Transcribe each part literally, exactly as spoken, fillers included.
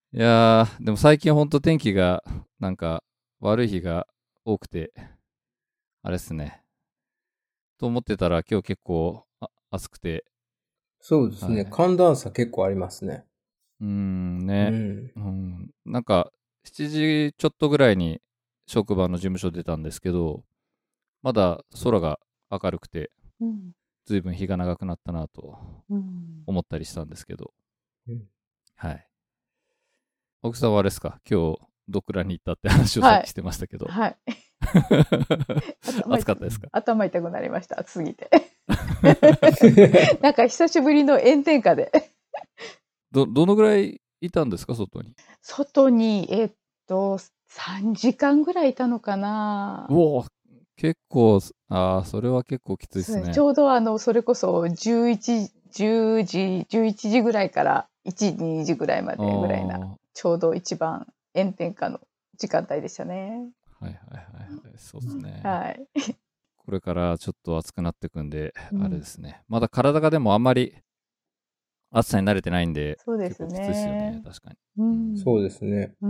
いやー、でも最近ほんと天気がなんか悪い日が多くて、あれっすね。と思ってたら今日結構あ暑くて、 そうですね。 はい。 寒暖差結構ありますね。 うーんうね、 ん。 うん、なんかしちじちょっとぐらいに職場の事務所出たんですけど、まだ空が明るくて、 うん。 ずいぶん日が長くなったなとうん。 思ったりしたんですけど、 うんはい。奥さんはあれですか、今日ドクラに行ったって話をさっはい。 きしてましたけど、 はい。頭痛暑かったですか？ 頭痛くなりました。暑すぎて。なんか久しぶりの炎天下で。 ど、どのぐらいいたんですか、外に。 外に、えっと、さんじかんぐらいいたのかうな。 おー、結構、ああ、それは結構きついでそうです。ちすね。 ょうどあの、それこそじゅういち、じゅうじ、じゅういちじぐらいからいち、にじぐらいまあでぐらいな、 あ、はちょうど一番炎天下の時間帯でしたね。 いはいはいはい、そうですね。 はい。 これからちょっと暑くなってくんで、あれうん。 ですね。まだ体がでもあんまり暑さに慣れてないんで、 そうです結構きついですよね、 ね。 確かに。 ううん。 そうん。 ですね。 うん。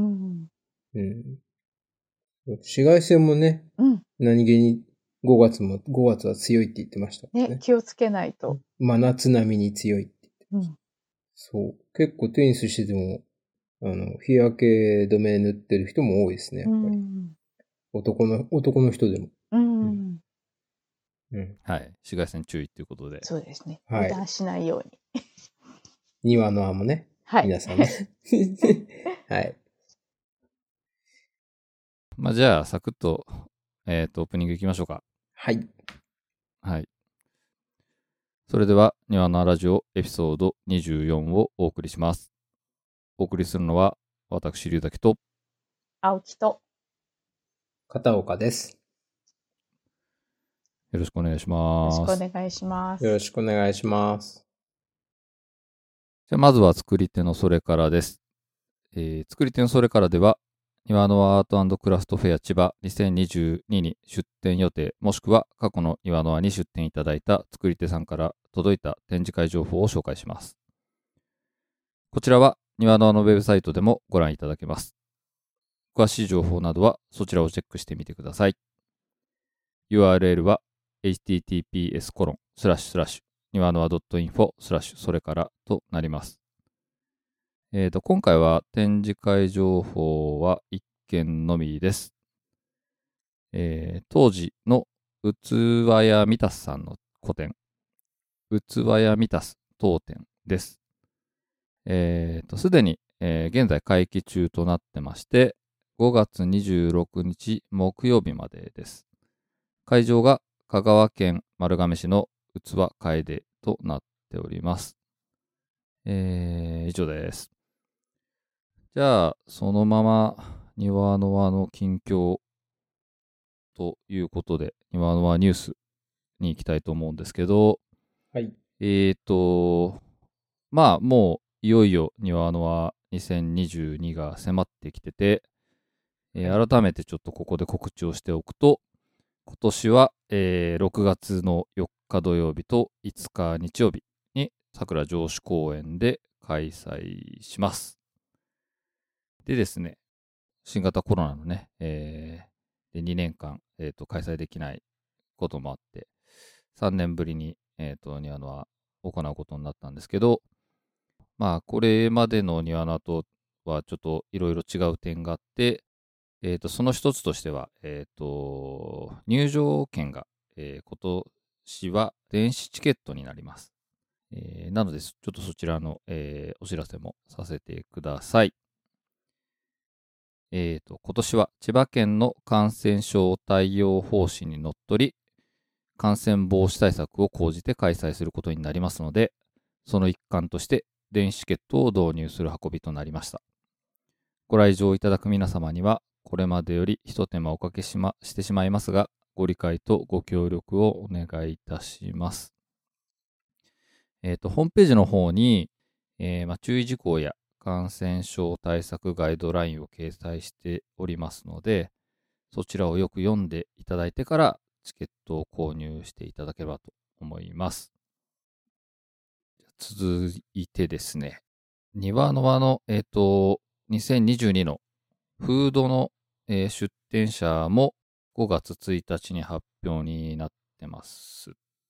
うん。紫外線もね、 うん。 何気にごがつも、ごがつは強いって言ってましたもんね、 ね。 気をつけないと。 真夏並みに強いって言って。 うん。 そう。結構テニスしてても、あの、日焼け止め塗ってる人も多いですね、やうっぱり。 ん。 男の、男の人でも。 ううん。 ん。 うん。 はい。紫外線注意っていうことで。 そうですね。 はい。 油断しないように。 庭の葉もね、 はい。 皆さんね。はい。 まあじゃあ、サクッと、えっと、オープニングいきましょうか。 はい。 はい。それでは、庭のラジオエピソードにじゅうよんをお送りします。お送りするのは、私、龍崎と、 青木と。 片岡です。 よろしくお願いしよろします。 くお願いしまよろす。 しくお願いします。 じゃあまずは作り手のそれからです。えー作り手のそれからでは、庭のアートクラフトフェア千葉にせんにじゅうにに出展予定、もしくは過去の庭の輪に出展いただいた作り手さんから届いた展示会情報を紹介します。こちらは庭の輪のウェブサイトでもご覧いただけます。詳しい情報などはそちらをチェックしてみてください。ユーアールエル は エイチティーティーピーエスコロンスラッシュスラッシュ庭の輪 .info スラッシュそれからとなります。えーと、今回は展示会情報はいっけんのみです。えー当時の器屋ミタスさんの個展、器屋ミタス当店です。えーと、すでに、えー現在会期中となってまして、ごがつにじゅうろくにち木曜日までです。会場が香川県丸亀市の器楓となっております。えー以上です。じゃあ、そのまま庭の輪の近況ということで、庭の輪ニュースに行きたいと思うんですけど、 はい。 えーと、まあ、もういよいよ庭の輪にせんにじゅうにが迫ってきてて、えーはい。 改めてちょっとここで告知をしておくと、今年は、えーろくがつのよっか土曜日といつか日曜日に桜城址公園で開催します。でですね、新型コロナのね、えーでにねんかん、えーと開催できないこともあって、さんねんぶりに、えーと庭の輪行うことになったんですけど、まあ、これまでの庭の輪とはちょっといろいろ違う点があって、えーとその一つとしては、えーと入場券が、えー今年は電子チケットになります。えーなので、ちょっとそちらの、えーお知らせもさせてください。えーと、今年は千葉県の感染症対応方針にのっとり、感染防止対策を講じて開催することになりますので、その一環として電子チケットを導入する運びとなりました。ご来場いただく皆様には、これまでより一手間おかけし,、ま、してしまいますが、ご理解とご協力をお願いいたします。えーと、ホームページの方に、えーまあ、注意事項や感染症対策ガイドラインを掲載しておりますので、そちらをよく読んでいただいてからチケットを購入していただければと思います。続いてですね、庭の輪の、えっ、と、 にせんにじゅうにのフードの、えー出展者もごがつついたちに発表になってます。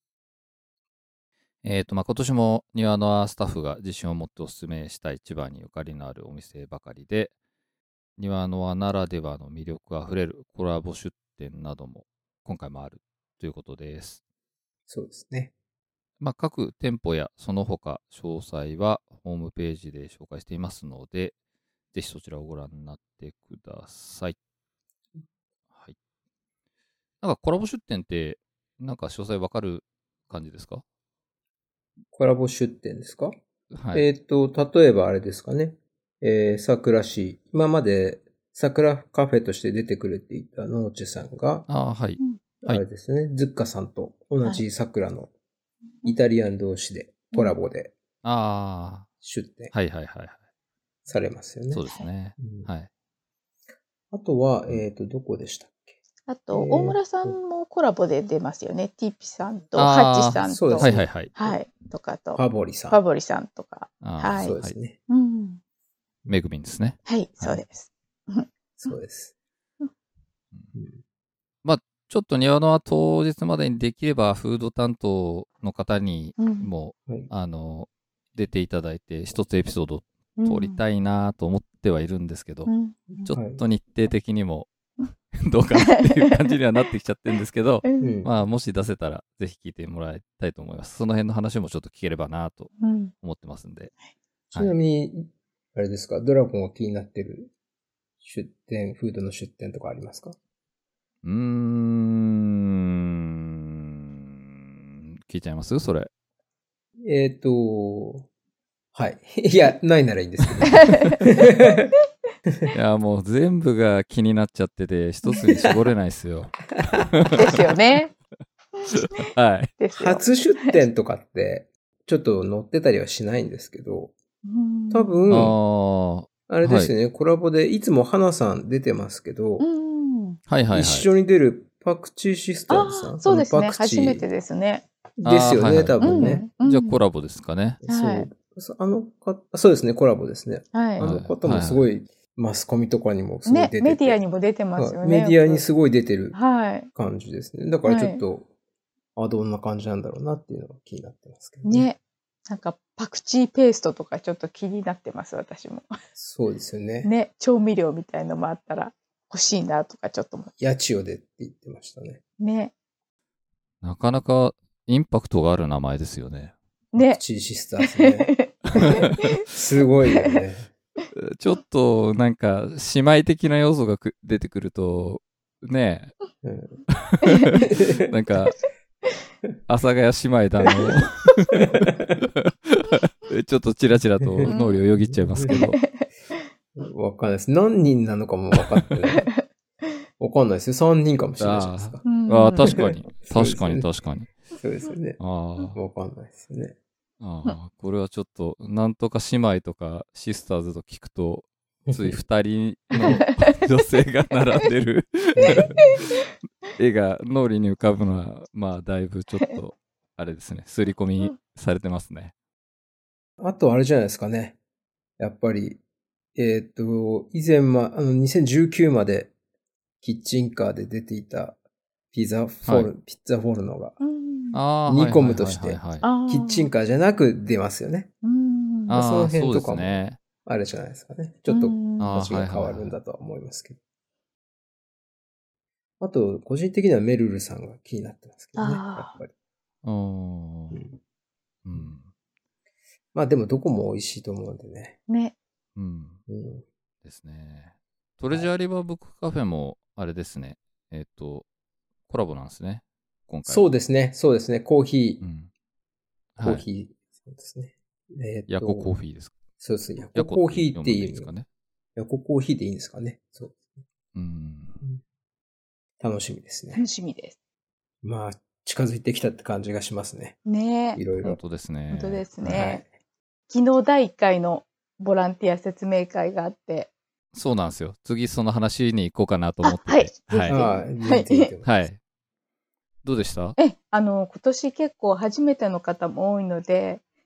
えっ、と、まあ、今年も庭の輪スタッフが自信を持ってお勧めしたい千葉にゆかりのあるお店ばかりで、庭の輪ならではの魅力あふれるコラボ出店なども今回もあるということです。 そうですね。 まあ、各店舗やその他詳細はホームページで紹介していますので、ぜひそちらをご覧になってください。はい。なんかコラボ出店ってなんか詳細わかる感じですか？ コラボ出店ですか？ はい。 えっ、と、例えばあれですかね。えー、桜市。今まで桜カフェとして出てくれていたノーチェさんが、 ああ、はい。 あれですね、ズッカさんと同じ桜のイタリアン同士でコラボでああ、 出店はいはいはいはい。 されますよね。 そうですね。 うんはい。 あとは、えっ、と、どこでしたっけ？ あと、 えー大村さんもコラボで出ますよね。ティーピさんと、 あーハッチさんと、 そうですね。 はいはいはい。 はい、とかと、 ファボリさん。 ファボリさんとか。 あーはいそうですね。 うん。 めぐみんですね。 はい、そうです。 そうです。 うんうんまあ、ちょっと庭のは当日までにできればフード担当の方にうんも、 はいあの、出ていただいて一つエピソードうん撮りたいなと思ってはいるんですけど、 うんちょっと日程的にもどうかなっていう感じにはなってきちゃってるんですけど、 うんうんまあ、もし出せたらぜひ聞いてもらいたいと思います。その辺の話もちょっと聞ければなとうん思ってますんで。 ちなみに、あれですか、ドラゴンが気になってる出店、フードの出店とかありますか？ うーん、聞いちゃいますそれ。 えっ、と、はい。いや、ないならいいんですけど。 いや、もう全部が気になっちゃってて、一つに絞れないですよ。 ですよね。 はい。 ですよ。 初出店とかって、ちょっと載ってたりはしないんですけど、 うん多分、 ああ、 あれですよね、コラボでいつも花さん出てますけど、 うん。 はいはいはい。 一緒に出るパクチーシスターズさん。 あ、そうですね。 あのパクチー初めてですね。 ですよね、 あーはいはい多分ね。 うんじゃあコラボですかね。 はいそう。あのか、そうですね、コラボですね。 はいあ。の方もすごい、マスコミとかにもすごいね出て、て、 メディアにも出てますよね。 メディアにすごい出てるはい。 感じですね。だからちょっと、あ、どんな感じなんだろうなっていうのが気になってますけどね。 ね。なんかパクチーペーストとかちょっと気になってます、私も。 そうですよね。 ね。調味料みたいのもあったら欲しいなとかちょっと思って。 ヤチオでって言ってましたね。 ね。 なかなかインパクトがある名前ですよね。 パねク。チーシスターズね。すごいよね。 ちょっとなんか姉妹的な要素がく出てくると、ねうんえ、なんか、阿佐ヶ谷姉妹だの、ちょっとチラチラと脳裏をよぎっちゃいますけど。 わかんないです。何人なのかも分かってない。わかんないですよ。さんにんかもしれないじゃないですか。 うんああ、確かに。 そうですよね確かに確かに。 そうですよね。 あわかんないですよね。 あ、ああ、これはちょっと、なんとか姉妹とかシスターズと聞くと、つい二人の女性が並んでる絵が脳裏に浮かぶのは、まあ、だいぶちょっと、あれですね、刷り込みされてますね。 あとあれじゃないですかね。やっぱり、えっ、と、以前は、あの、にせんじゅうきゅうまでキッチンカーで出ていたピザフォル、 はピッツァフォルノが、 うんああ、 ニコムとしてはいはいはいはいあーキッチンカーじゃなく出ますよね。 うんああ、 その辺とかもそうですね。 あれじゃないですかね。ちょっとうんあー形が変わるんだとは思いますけど。あと、個人的にはメルルさんが気になってますけどね。 あーやっぱり。 うーん。 うんうん。 まあでもどこも美味しいと思うんでね。 ね。 うん。 うん、 ですね。トレジャーリバーブックカフェも、あれですね。えっ、と、コラボなんですね。今回。 そうですね。そうですね。コーヒー、 うん。 コーはい。 ヒー、そうですね。えーとヤココーヒーですか。 そうですね。ヤヤココーヒーって読んでいいいうの。 んですかね。 ヤココーヒーでいいんですかね。そう。 うん。 楽しみですね楽。しみです。 まあ、近づいてきたって感じがしますね。 ねいろいろ。 本当ですね。 本当ですね。 はい。 昨日だいいっかいのボランティア説明会があって。 そうなんですよ。次その話に行こうかなと思ってて。 あはいはああ、全然いいと思います。 はい。どうでした？ え、あの、今年結構初めての方も多いので、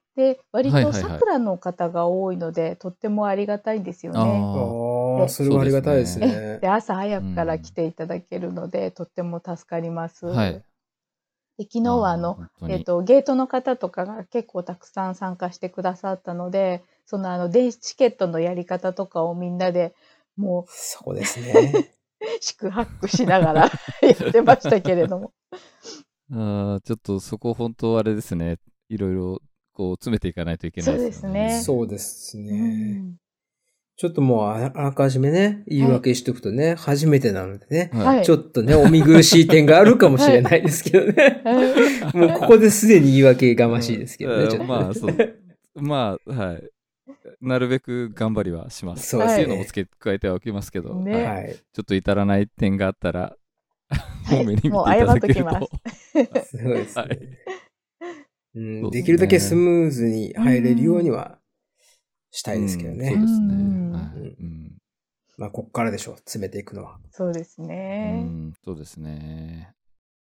で、割とはいはいはい桜の方が多いので、とってもありがたいんですよね。 ああ、 でそれはありがたいですえね。 で、朝早くから来ていただけるので、とっても助かります。 はい。 で、昨日はああーの、 本当にえっと、ゲートの方とかが結構たくさん参加してくださったので、そのあの、電子チケットのやり方とかをみんなでもそうですね。 う、四苦八苦しながらやってましたけれども。 あーちょっとそこ本当あれですね。いろいろこう詰めていかないといけないですよね。 そうですねそうですうね。 んちょっともうああらかじめね、言い訳しておくとね、初めてなのでね、 はいはい。 ちょっとね、お見苦しい点があるかもしれないですけどね。 はいもうここですでに言い訳がましいですけどね、 うんちょっとね。 まあ、そう。まあ、はい。なるべく頑張りはします。 そうですねっていうのも付け加えてはおきますけど、 ねはい、 はい。 ちょっと至らない点があったら、 はい多めに見もうていただける謝っとと。 そうですね。 はいうん、 そうですねできるだけスムーズに入れるようにはしたいですけどね。 うんそうですね。 うんはいうんうんまあ、こっからでしょう、詰めていくのは。 そうですうね。 ん、そうですね。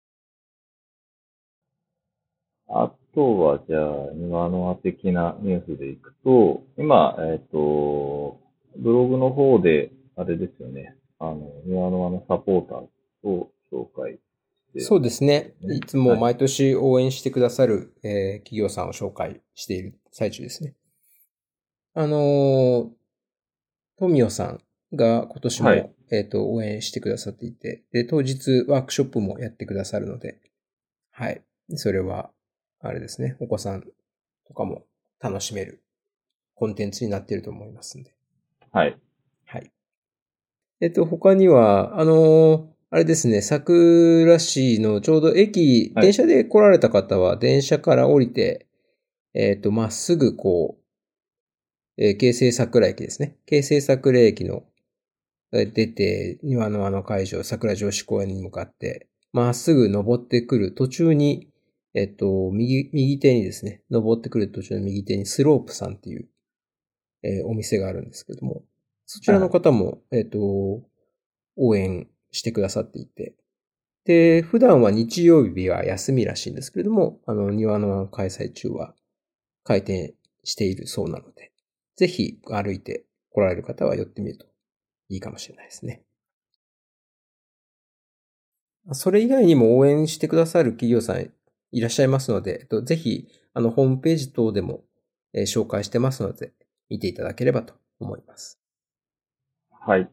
あとは、じゃあ、今の的なニュースでいくと、今、えっ、と、ブログの方で、あれですよね、あの、庭のあのサポーターを紹介して、 そうですね。いつもはい毎年応援してくださる、えー企業さんを紹介している最中ですね。あのー、富代さんが今年も、 はいえっ、と、応援してくださっていて、で、当日ワークショップもやってくださるので、はい。それは、あれですね。お子さんとかも楽しめるコンテンツになっていると思いますんで。 はい。 はい。えっと、他には、あのーあれですね、桜市のちょうど駅、 はい電車で来られた方は、電車から降りて、えっと、まっすぐこう、えー京成桜駅ですね。京成桜駅の、えー出て、庭のあの会場、桜城址公園に向かって、まっすぐ登ってくる途中に、えっと、右、右手にですね、登ってくる途中の右手にスロープさんっていう、えーお店があるんですけども、そちらの方も、えっと、応援してくださっていて、で、普段は日曜日は休みらしいんですけれども、あの、庭の開催中は開店しているそうなので、ぜひ歩いて来られる方は寄ってみるといいかもしれないですね。それ以外にも応援してくださる企業さんいらっしゃいますので、えっとぜひ、あの、ホームページ等でも、えー紹介してますので、見ていただければと思います。 はい。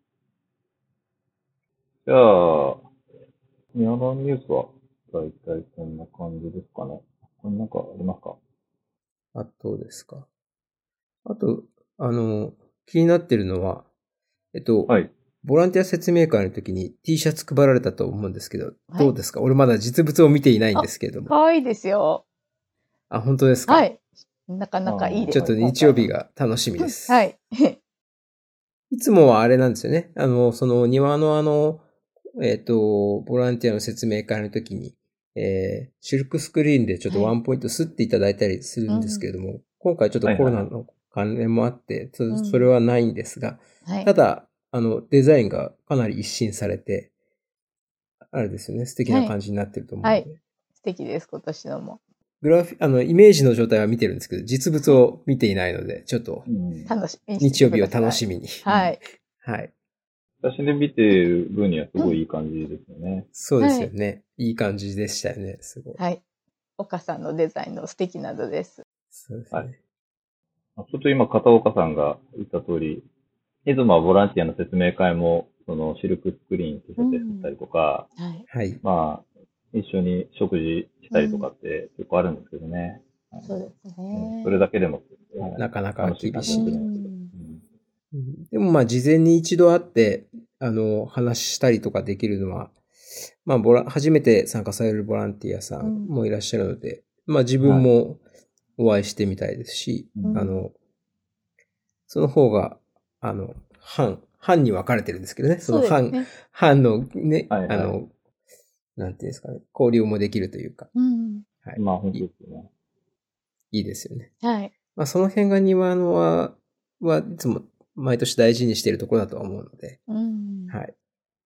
じゃあ、庭のニュースは、だいたいこんな感じですかね。これなんかありますか？ あとですか。あと、あの、気になってるのは、えっと、 はい。 ボランティア説明会の時に T シャツ配られたと思うんですけど、 はいどうですか？俺まだ実物を見ていないんですけれども。 可愛いですよ。 あ、本当ですか？ はい。なかなかいいです。 ちょっと日曜日が楽しみです。 はい。 いつもはあれなんですよね。あの、その庭のあの、えっ、と、ボランティアの説明会の時に、えー、シルクスクリーンでちょっとワンポイント吸っていただいたりするんですけれども、今回ちょっとコロナの関連もあって、ちょっとそれはないんですが、 はい。 ただ、あの、デザインがかなり一新されて、あれですよね、素敵な感じになってると思うので、 はい素敵です、今年のも。 グラフィ、あの、イメージの状態は見てるんですけど、実物を見ていないので、ちょっとうん。 楽しみにして日曜日をてください楽しみに。 はい。 はい。 写真で見てる分にはすごいいい感じですよね。 そうですよね。いい感じでしたよね、すごい。 はい。岡さんのデザインの素敵などです。 そうですね。 はいちょっと今、片岡さんが言った通り、いつもはボランティアの説明会も、そのシルクスクリーンって設定したりとか、 はい。 はい。 まあ、一緒に食事したりとかって結構あるんですけどね。 そうですうんね。 それだけでも、はいなかなか楽しい厳しい。 感じですうんうんでもまあ事前に一度会って、あの、話したりとかできるのは、まあボラ、初めて参加されるボランティアさんもいらっしゃるので、まあ自分もお会いしてみたいですし、 うんあの、その方が、あの、班、班に分かれてるんですけどね、その班、 そうですね。 班のね、 はいはいあの、なんていうんですかね、交流もできるというか、 うん。 はい。 まあ、本当ですよね。 いいですよね。 はい。 まあその辺が庭のは、はいつも毎年大事にしているところだとは思うので、 うん。 はい。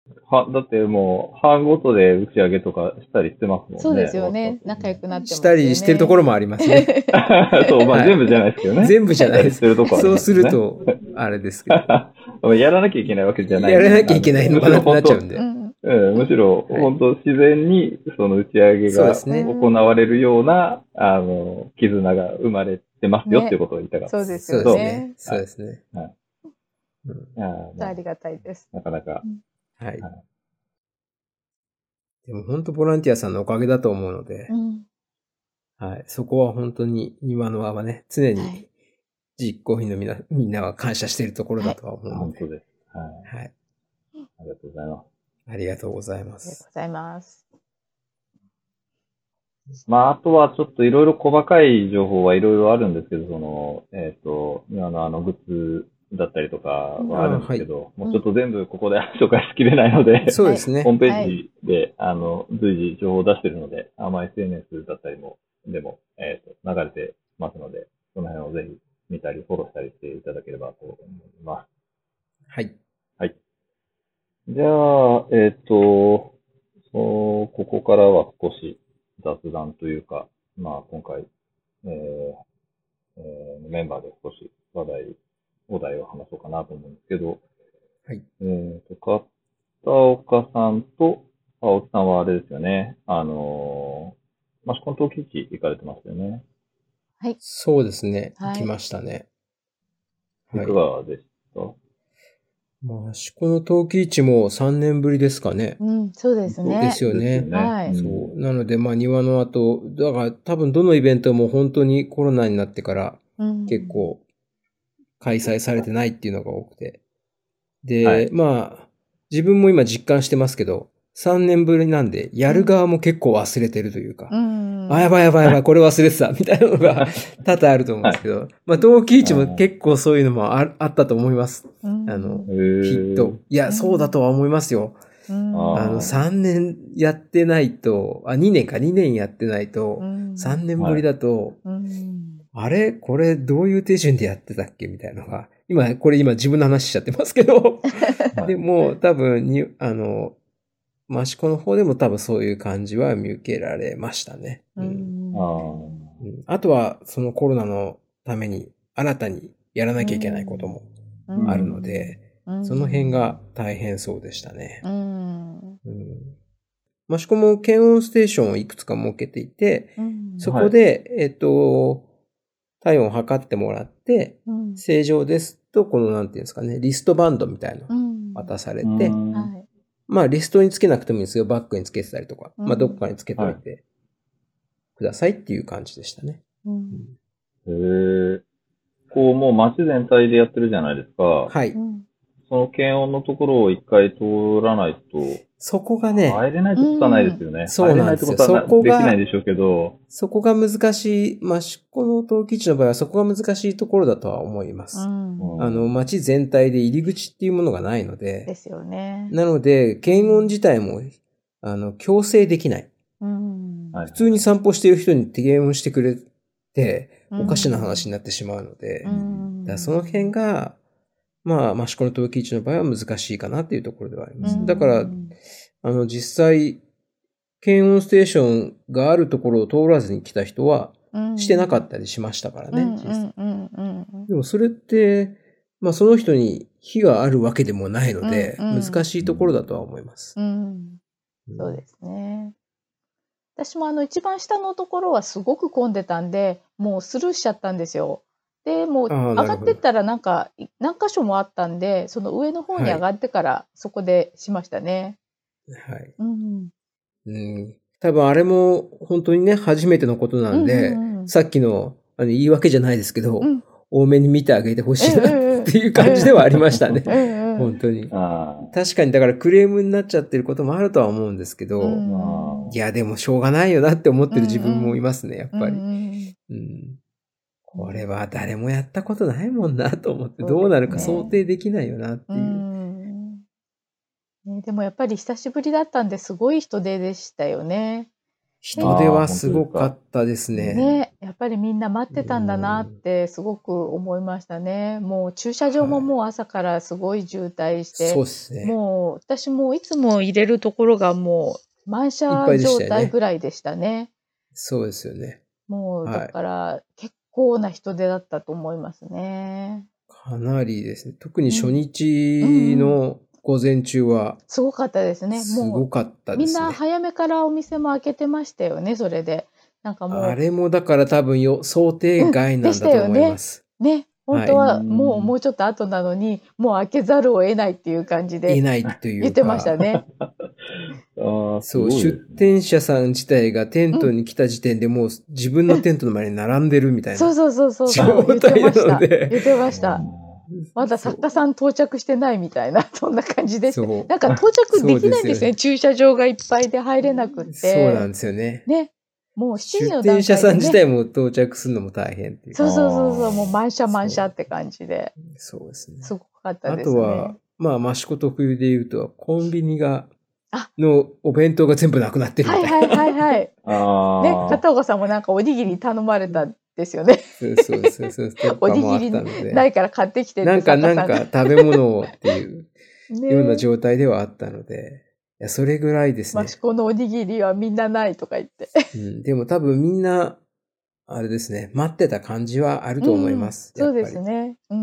は、だってもう、班ごとで打ち上げとかしたりしてますもんね。 そうですよね。 ワークショップ仲良くなってますよね。 したりしてるところもありますね。 そう、まあ、 はい全部じゃないですけどね。 全部じゃないですしてるとこありそうますよねすると、あれですけど。 やらなきゃいけないわけじゃない。 やらなきゃいけないのかなってなっちゃうんでう。ん。 うん、むしろ、 はい本当自然にその打ち上げがそうですね行われるような、あの、絆が生まれてますよねっていうことを言いたかった。 そうですそうよね。 ですね。そうですね。 はいうんいやーまあありがたいです。 なかなか、 はいは。 でも本当ボランティアさんのおかげだと思うのでう、ん。 はい。そこは本当に今の輪はね、常はいに実行委員のみんな、みんなは感謝しているところだとは思うので。 本当です。はい。 はい。 ありがとうございます。 ありがとうございまありがとうす。 ございます。 まあ、あとはちょっといろいろ細かい情報はいろいろあるんですけど、その、えっ、と、今のあの、グッズだったりとかはあるんですけど、もうちょっと全部ここで紹介しきれないので、 そうですねホー。ムページで、あの、随時情報を出してるので、あまあ エスエヌエス だったりも、でも、えっ、と、流れてますので、その辺をぜひ見たり、フォローしたりしていただければと思います。 はい。 はい。じゃあ、えっ、と、そうここからは少し雑談というか、まあ今回、えーえーメンバーで少し話題、お題を話そうかなと思うんですけど、 はい。 えっ、と、片岡さんと青木さんはあれですよね。あのー、マシコン陶器市行かれてますよね。 はい。 そうですね。 はい行きましたね。はいいか。がでしたか？ まあ、しこの陶器市もさんねんぶりですかね。 うん、そうですね。 ですよね。 はいそう。なので、まあ、庭の後、だから多分どのイベントも本当にコロナになってからうん結構開催されてないっていうのが多くて。で、 はいまあ、自分も今実感してますけど、さんねんぶりなんで、やる側も結構忘れてるというか、 うん。 あ、やばいやばいやばい、これ忘れてた、みたいなのが多々あると思うんですけど、まあ、陶器市も結構そういうのもああったと思います。 うん、 あの、 へーきっと。いや、そうだとは思いますよ。 うん、 あーあの、さんねんやってないと、あ、にねんか、にねんやってないとう、ん、 さんねんぶりだと、 うん、 あれこれどういう手順でやってたっけみたいなのが、今、これ今自分の話しちゃってますけど、 はいでも多分に、あの、マシコの方でも多分そういう感じは見受けられましたね。 ううんん、 あうんあとは、そのコロナのために新たにやらなきゃいけないこともあるので、 うん、 その辺が大変そうでしたね。 うん、 うんマシコも検温ステーションをいくつか設けていて、 うん、 そこで、えっと、体温を測ってもらって、 うん、 正常ですと、このなんていうんですかね、リストバンドみたいなのをうん、 渡されーて、 うんはい、 まあリストにつけなくてもいいんですよ。バッグにつけてたりとか、 うんまあどこかにつけといてくださいっていう感じでしたね。 うん、 へえ。こう、もう街全体でやってるじゃないですか。 はい。 うん、 その検温のところを一回通らないと、 そこがね、 入れないってことはないですよね。 んそうなんですよ入れないってことはなそこができないでしょうけど、 そこが難しい、まあ、しこの陶器市の場合はそこが難しいところだとは思います。 うん、 あの、街全体で入り口っていうものがないのでで、 すよね。 なので、検温自体も、あの、強制できない。 うん、 はい普通に散歩している人に検温してくれて、 うんおかしな話になってしまうので、 うん、 だからその辺が、まあ、益子の陶器市の場合は難しいかなっていうところではあります。 うんだから、あの、実際、検温ステーションがあるところを通らずに来た人は、してなかったりしましたからね、 うん、 実際うん、うん、うん、 でもそれって、まあその人に非があるわけでもないので、 うんうん難しいところだとは思います。 うん、そうですね。私もあの一番下のところはすごく混んでたんで、もうスルーしちゃったんですよ。で、もうあー上がなるほどってったらなんか何箇所もあったんで、その上の方に上がってからそこでしましたね。 はい。 うん。 うん、多分あれも本当にね、初めてのことなんで、 うんうんうんさっきのあの言い訳じゃないですけど、 うん多めに見てあげてほしいなっていう感じではありましたね。 うんうん本当に。 あ確かにだからクレームになっちゃってることもあるとは思うんですけど、 うんいやでもしょうがないよなって思ってる自分もいますね、やっぱり。 うんうんうんこれは誰もやったことないもんなと思って、 そうですねどうなるか想定できないよなってういう。 んね、でもやっぱり久しぶりだったんですごい人出でしたよね。 人手はすごかったですね。 ね、やっぱりみんな待ってたんだなってすごく思いましたね。もう駐車場ももう朝からすごい渋滞して、 そうですね。 もう私もいつも入れるところがもう満車状態ぐらいでしたね。 そうですよね。 もうだから結構な人手だったと思いますね。 かなりですね。特に初日の午前中は、 すごかったですね。 すごかったですね。 みんな早めからお店も開けてましたよね、それで。なんかもう。 あれもだから多分よ想定外なんだと思います。 うん、ね。ね。本当はもう、はい、もうちょっと後なのに、もう開けざるを得ないっていう感じで。 得ないというか。 言ってましたね。 あそう、出店者さん自体がテントに来た時点でもう自分のテントの前に並んでるみたいな。 そうそうそうそう。 状態なので。 言ってました。まだ作家さん到着してないみたいな、そんな感じです。なんか到着できないんですね。駐車場がいっぱいで入れなくて。 そうなんですよね。 ね。もうしちじの段階で、ね。出店者さん自体も到着するのも大変っていう。 そうそうそうそう。もう満車満車って感じで。 そうですね。 すごかったですね。 あとは、まあ、益子特有で言うと、コンビニが、のお弁当が全部なくなってるみたいな。 はいはいはいはい。 あね、片岡さんもなんかおにぎり頼まれたんですよね。 そうそうそうそう。 おにぎりないから買ってきてってなんかなんか食べ物をっていうような状態ではあったので、いや、それぐらいですね。 益子のおにぎりはみんなないとか言って。 うん、でも多分みんな、あれですね、待ってた感じはあると思います。 うん、そうですね。うん。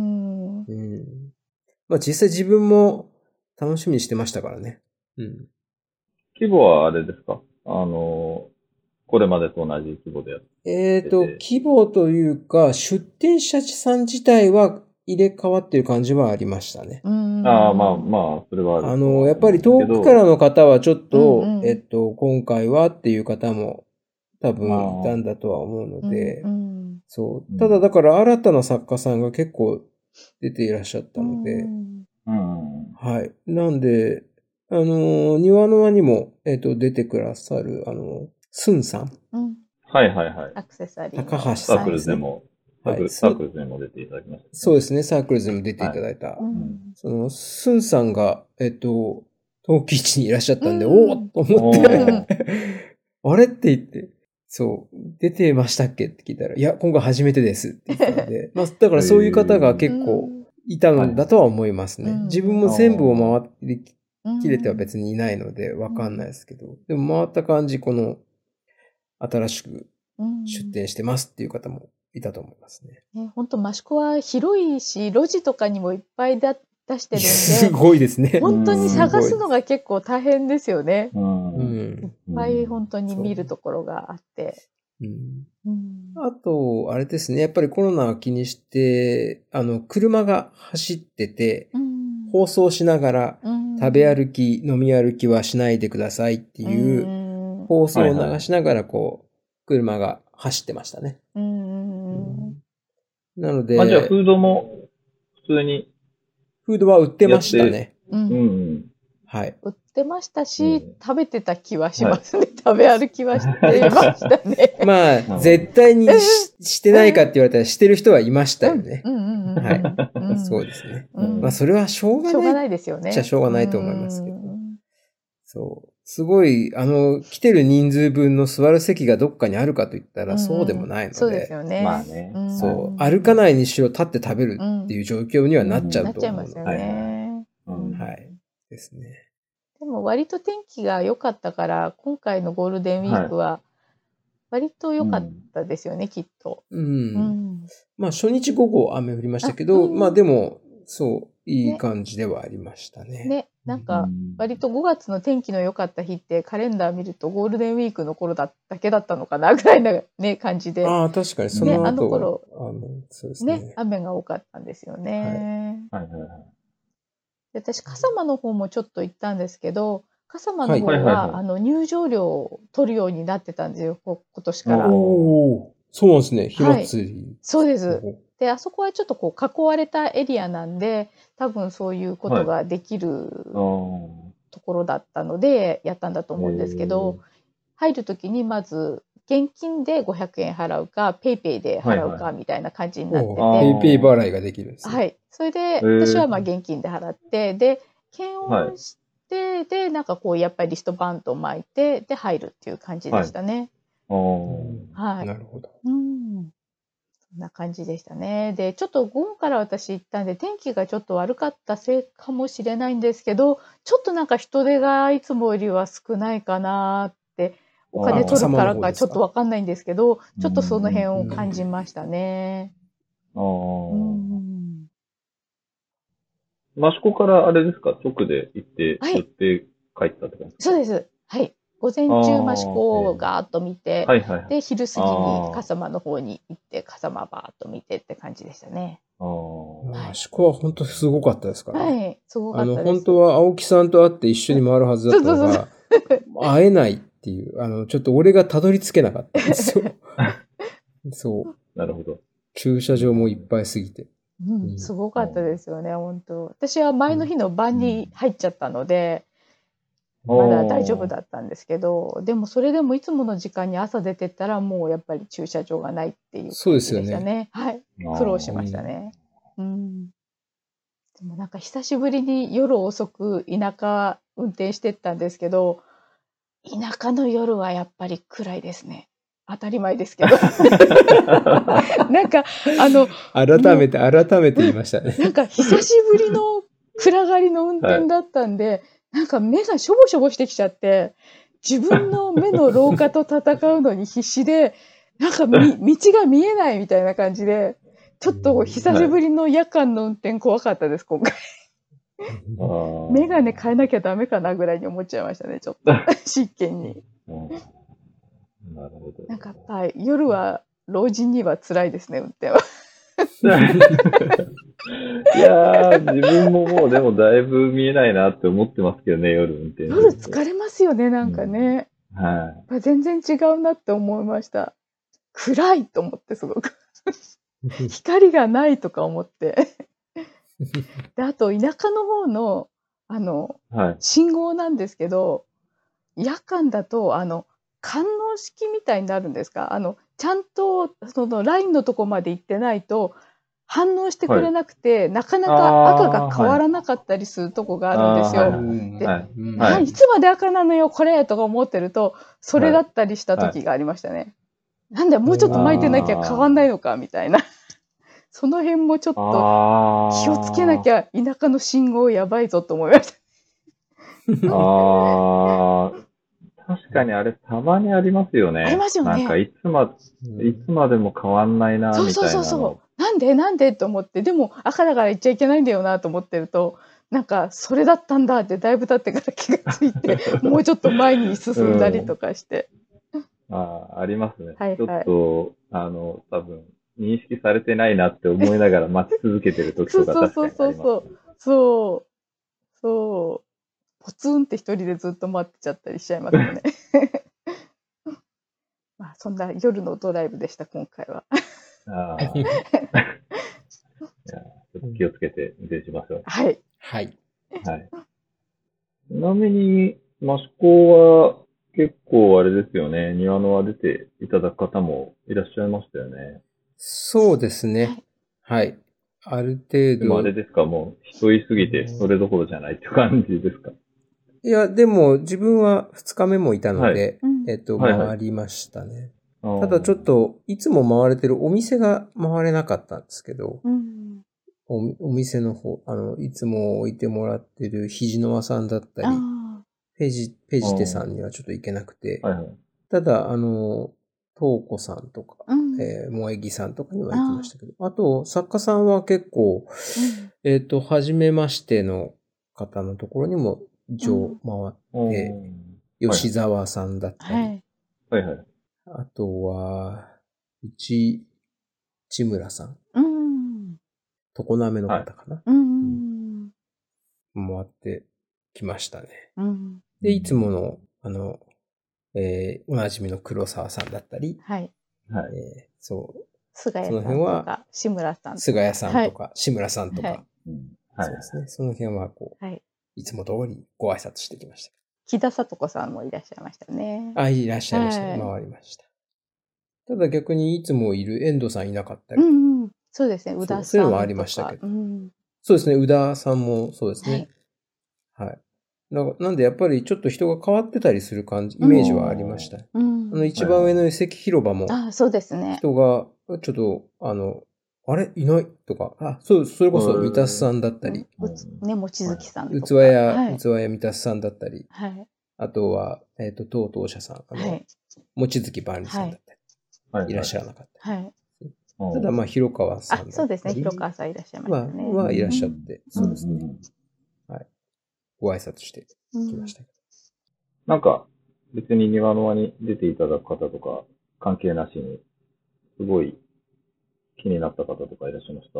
うん。まあ実際自分も楽しみにしてましたからね。うん。 規模はあれですか？あの、これまでと同じ規模でやって。 えっと、規模というか、出店者さん自体は入れ替わってる感じはありましたね。 うんああ、まあまあ、それはある。 あの、やっぱり遠くからの方はちょっと、うんうん、えっと、今回はっていう方も多分いたんだとは思うので、 うんうん、 そう。ただだから新たな作家さんが結構出ていらっしゃったので、 うんうん、 はい。なんで、あの、庭の輪にも、えっと、出てくださる、あの、スンさん。 うん、 はいはいはい。 アクセサリー。 高橋さん、ね。 サークルズでも、サークル、サークルズでも出ていただきました、ね。 そうですね、サークルズでも出ていただいた。はい、その、スンさんが、えっと、陶器市にいらっしゃったんで、うん、おーっと思って、あれって言って、そう、出てましたっけって聞いたら、いや、今回初めてですって言ったんで、まあ、だからそういう方が結構いたのだとは思いますね。はい、自分も全部を回りきれては別にいないので、わかんないですけど、でも回った感じ、この、新しく出店してますっていう方もいたと思いますね。 ね、本当益子は広いし、路地とかにもいっぱいだ出してるんで。 すごいですね。 本当に探すのが結構大変ですよね。 うん、 いっぱい本当に見るところがあって。 うんうん、あと、あれですね。やっぱりコロナを気にして、あの、車が走ってて、うん、放送しながら、食べ歩き、飲み歩きはしないでくださいっていう、放送を流しながら、こう、車が走ってましたね。 うん、 なので、 まあ、じゃあ、フードも普通に。 フードは売ってましたね。 うんうん、 はい。 売ってましたし、うん、食べてた気はしますね。はい、食べ歩きはしていましたね。 まあ、絶対に し, してないかって言われたらしてる人はいましたよね。はい。そうですね。うん、まあ、それはしょうがない。 しょうがないですよね。 じゃしょうがないと思いますけど。そう。すごい、あの、来てる人数分の座る席がどっかにあるかといったらそうでもないので。 そうですよね。 まあね。 そう。歩かないにしろ立って食べるっていう状況にはなっちゃうと思うので。 なっちゃいますよね。 はい。ですね。 でも割と天気が良かったから、今回のゴールデンウィークは割と良かったですよね、はい、きっと。 うん。うん、まあ初日午後雨降りましたけど、うん、まあでも、そう、いい感じではありましたね。 ね。ね。なんか、割とごがつの天気の良かった日ってカレンダー見るとゴールデンウィークの頃だだけだったのかなぐらいなね、感じで。 ああ、確かにその後、 ね、あの頃、 あのそうですね。 ね、雨が多かったんですよね。 はい。はいはいはい。 私、笠間の方もちょっと行ったんですけど、笠間の方は、はいはいはいはい、あの入場料を取るようになってたんですよ、今年から。 おー、そうなんですね、火祭り。 はい、そうです。で、あそこはちょっとこう囲われたエリアなんで、多分そういうことができる、はい、ところだったので、やったんだと思うんですけど、入るときにまず、現金でごひゃくえん払うか、ペイペイで払うかみたいな感じになってて。 はいはい、ペイペイ払いができるんですね。 はい。それで、私はまあ現金で払って、で、検温て、で、なんかこう、やっぱりリストバンドを巻いて、で、入るっていう感じでしたね。はい。 なるほど。 うん。そんな感じでしたね。で、ちょっと午後から私行ったんで、天気がちょっと悪かったせいかもしれないんですけど、ちょっとなんか人手がいつもよりは少ないかなって、お金取るからかちょっとわかんないんですけど、ちょっとその辺を感じましたね。 ああ。 うん。 益子からあれですか、直で行って、 はい寄って帰ったって感じですか？ そうです。はい。午前中、益子をガーッと見て、 はいはいはい。 で、昼過ぎに笠間の方に行って、笠間バーッと見てって感じでしたね。 ああ。 益子は本当すごかったですからね。 はい。すごかあの、 ったです。 本当は青木さんと会って一緒に回るはずだったのそうそうが、会えないっていう、あの、ちょっと俺がたどり着けなかったんですよ。そう。 なるほど。 駐車場もいっぱいすぎて。 ううんん、すごかったですよね、本当。私は前の日の晩に入っちゃったので、まだ大丈夫だったんですけど、でもそれでもいつもの時間に朝出てったらもうやっぱり駐車場がないっていう感じでしたね。はい。苦労しましたね。うん。でもなんか久しぶりに夜遅く田舎運転してったんですけど、田舎の夜はやっぱり暗いですね。当たり前ですけど。なんか、あの、 改めて、改めて言いましたね。 なんか久しぶりの暗がりの運転だったんで、はい、なんか目がしょぼしょぼしてきちゃって、自分の目の老化と戦うのに必死で、なんかみ道が見えないみたいな感じで、ちょっと久しぶりの夜間の運転怖かったです、今回。メガネ変えなきゃダメかなぐらいに思っちゃいましたね、ちょっと。真剣に。 なるほど。 なんかやっぱり夜は老人には辛いですね、運転は。 いやー、自分ももうでもだいぶ見えないなって思ってますけどね、夜運転。 夜疲れますよね、なんかね。 うん、はい。 全然違うなって思いました。暗いと思ってすごく。光がないとか思って。で、あと田舎の方の、あの、はい、信号なんですけど、夜間だと、あの、感応式みたいになるんですか？あの、ちゃんと、その、ラインのとこまで行ってないと、反応してくれなくて、はい、なかなか赤が変わらなかったりするとこがあるんですよ。で、はいはい、いつまで赤なのよ、これとか思ってると、それだったりした時がありましたね。はいはい、なんで、もうちょっと巻いてなきゃ変わんないのか、みたいな。その辺もちょっと気をつけなきゃ田舎の信号やばいぞと思いました。 ああ、確かにあれたまにありますよね。 ありますよね。 なんかいつま、いつまでも変わんないな、みたいな。 そうそうそうそう。なんでなんでと思って、でも赤だから言っちゃいけないんだよなと思ってると、なんかそれだったんだってだいぶ経ってから気がついて、もうちょっと前に進んだりとかして。 うん、ああ、ありますね。 はいはい、 ちょっと、あの、多分、認識されてないなって思いながら待ち続けてる時とか確かにあります、ね。そうそうそうそう。 そう。そう。ポツンって一人でずっと待ってちゃったりしちゃいますよね。まあそんな夜のドライブでした、今回は。 ああ。いや、ちょっと気をつけて運転しましょう。 はい。 はい。 はい。ちなみに、益子は結構あれですよね。庭の輪出ていただく方もいらっしゃいましたよね。 そうですね。はい。ある程度。 でもあれですか、もう人いすぎてそれどころじゃないって感じですか？ いや、でも自分は二日目もいたので、はい、えっと、 はいはい、 回りましたね。ただちょっと、いつも回れてるお店が回れなかったんですけど、うん、お, お店の方、あの、いつも置いてもらってる肘の輪さんだったり、ペジ、ペジテさんにはちょっと行けなくて、はいはい、ただ、あの、トウコさんとか、うんえー、萌木さんとかには行きましたけど、あ, あと、作家さんは結構、うん、えっと、初めましての方のところにも一応回って、うん、吉沢さんだったり、 はいはいはい、 あとは、うち、千村さん。 うん。 常滑の方かな。 はい、うん。 回ってきましたね。 うん。 で、いつもの、あの、えー、おなじみの黒沢さんだったり。 はい。 はい。 えー、そう。 菅谷さんとか、志村さんとか。 菅谷さんとか、はい、志村さんとか。 はいはい、そうですね。その辺は、こう、はい、いつも通りご挨拶してきました。 木田聡子さんもいらっしゃいましたね。 あ、いらっしゃいましたね。はい、回りました。ただ逆にいつもいる遠藤さんいなかったり。 うんうん。そうですね。宇田さんとか。 そういうのはありましたけど。うん、そうですね。宇田さんもそうですね。はい。はい、 な, なんでやっぱりちょっと人が変わってたりする感じ、イメージはありました。 うん、 あの一番上の遺跡広場も、 あ、そうですね。 人がちょっと、あの、あれいないとか、あ、そう、それこそ三田さんだったり、 うつね、望月さんとか。 器屋、 はい、 器屋三田さんだったり、 はい、 あとは、えっ、ー、と、当当社さん、あの、はい、望月万里さんだったり、はい、いらっしゃらなかったり。はい。ただ、まあ、広川さんだったり。 あ、そうですね、広川さんいらっしゃいましたね。 まあ、はいらっしゃって、うん、そうですね、うん。はい。ご挨拶してきましたけど。 うん、なんか、別に庭の輪に出ていただく方とか、関係なしに、すごい気になった方とかいらっしゃいました？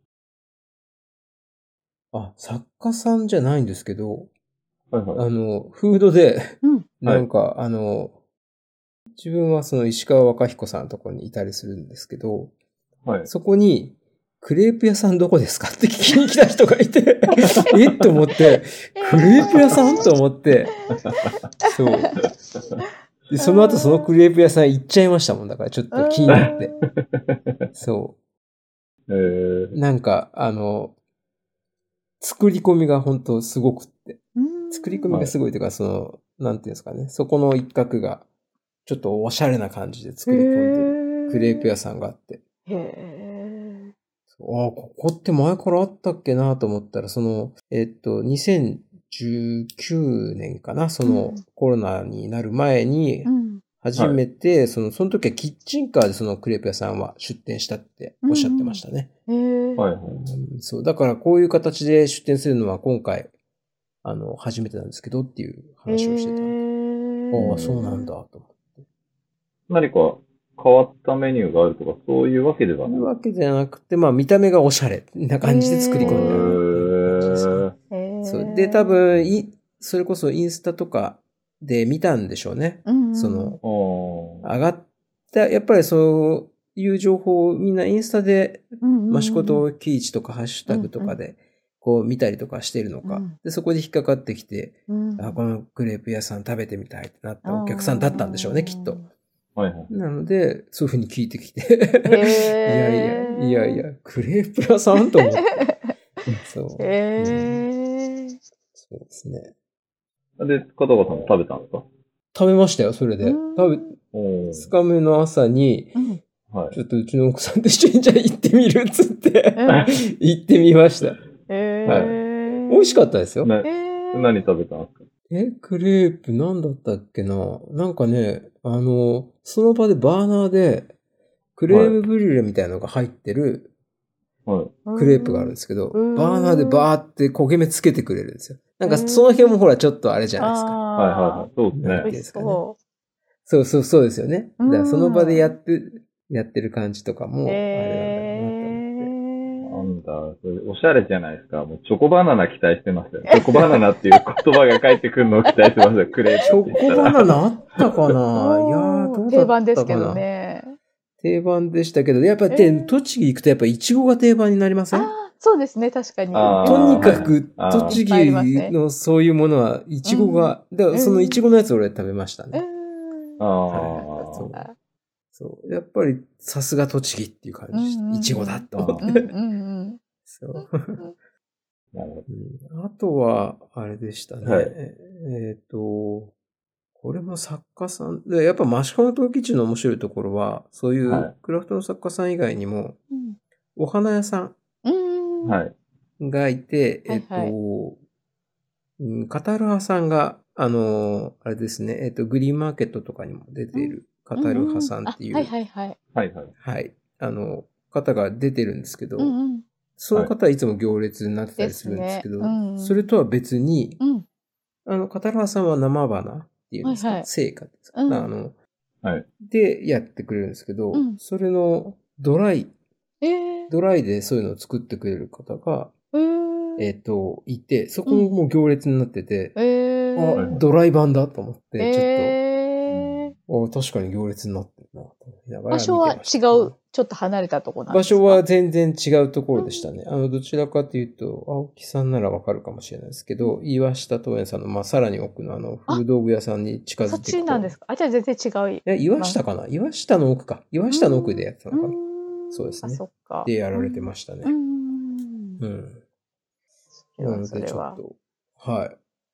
あ、作家さんじゃないんですけど、 はいはい、 あの、フードで、 うん、 なんか、はい、あの、自分はその石川若彦さんのところにいたりするんですけど、はい、そこに、クレープ屋さんどこですかって聞きに来た人がいて、えっと思って、クレープ屋さんと思って、そう。で、その後そのクレープ屋さん行っちゃいましたもん。だからちょっと気になって。そう。えー、なんか、あの、作り込みが本当すごくって。作り込みがすごいというか、その、なんていうんですかね。そこの一角が、ちょっとおしゃれな感じで作り込んでるクレープ屋さんがあって。へー。ああ、ここって前からあったっけなと思ったら、その、えっと、にせんじゅうきゅうねんかな、その、うん、コロナになる前に、初めて、うんはい、その、その時はキッチンカーでそのクレープ屋さんは出店したっておっしゃってましたね。うん、へはい、そう。だからこういう形で出店するのは今回、あの、初めてなんですけどっていう話をしてたんで。ああ、そうなんだ、と思って。 何か、変わったメニューがあるとか、そういうわけではない。 そういうわけじゃなくて、まあ見た目がおしゃれな感じで作り込んであるっていう感じですね。そう。で、多分い、それこそインスタとかで見たんでしょうね。うんうん、その、上がった、やっぱりそういう情報をみんなインスタで、マシコトキイチとかハッシュタグとかで、こう見たりとかしてるのか。うん、で、そこで引っかかってきて、うん、あ、このクレープ屋さん食べてみたいってなったお客さんだったんでしょうね、きっと。はいはい、なので、そういうふうに聞いてきて、いやいや、いやいや、クレープ屋さんと思って。そう、えーうん。そうですね。 で、片岡さんも食べたんですか？ 食べましたよ、それで。食べ、二日目の朝に、うんはい、ちょっとうちの奥さんと一緒にじゃあ行ってみるっつって、行ってみました。えーはい、美味しかったですよ。 な何食べたんですか？ え、クレープ何だったっけな？なんかね、あの、その場でバーナーで、クレームブリュレみたいなのが入ってる、クレープがあるんですけど、はい、バーナーでバーって焦げ目つけてくれるんですよ。なんかその辺もほらちょっとあれじゃないですか。 はいはいはい。そうですね。 ですかね。そうそうそうですよね。だからその場でやって、やってる感じとかも、あれなんだろうなと思って。 なんだ、それおしゃれじゃないですか。もうチョコバナナ期待してますよ。チョコバナナっていう言葉が返ってくるのを期待してますよ、クレープ。 チョコバナナあったかないやー、どうだったかな。 定番ですけどね。 定番でしたけど、やっぱり、えー、栃木行くとやっぱイチゴが定番になりません？ ああ、そうですね、確かに。 とにかく、栃木のそういうものは、イチゴが、うん、だからそのイチゴのやつ俺食べましたね。ああ、はい、そう。そう。やっぱり、さすが栃木っていう感じでした。イチゴだと思って。そう。あとは、あれでしたね。はい、えっ、ー、と、これも作家さんで、やっぱマシコの陶器中の面白いところは、そういうクラフトの作家さん以外にも、はい、お花屋さんがいて、はい、えっ、ー、と、はいはい、カタルハさんが、あの、あれですね、えっ、ー、と、グリーンマーケットとかにも出ているカタルハさんっていう、 はいはいはい。 はいはい。 はい。あの、方が出てるんですけど、うんうん、その方はいつも行列になってたりするんですけど、ねうんうん、それとは別に、うん、あの、カタルハさんは生花っていうんですか、はいはい、成果ですか、うん、あの、はい。でやってくれるんですけど、うん、それのドライ、えー、ドライでそういうのを作ってくれる方が、えー、えっと、いて、そこももう行列になってて、うん、えー、あ、ドライ版だと思って、ちょっと、えー、確かに行列になってるなと思いながら見てました。 場所は違う、ちょっと離れたところなんですか？ 場所は全然違うところでしたね。うん、あの、どちらかというと、青木さんならわかるかもしれないですけど、岩下東園さんの、まあ、さらに奥のあの、古道具屋さんに近づいていくと。 そっちなんですか？あ、じゃあ全然違う。 いや、岩下かな、まあ、岩下の奥か。岩下の奥でやってたのかな。そうですね。あ、そっか。でやられてましたね。うん。うん。なのでちょっと、はい。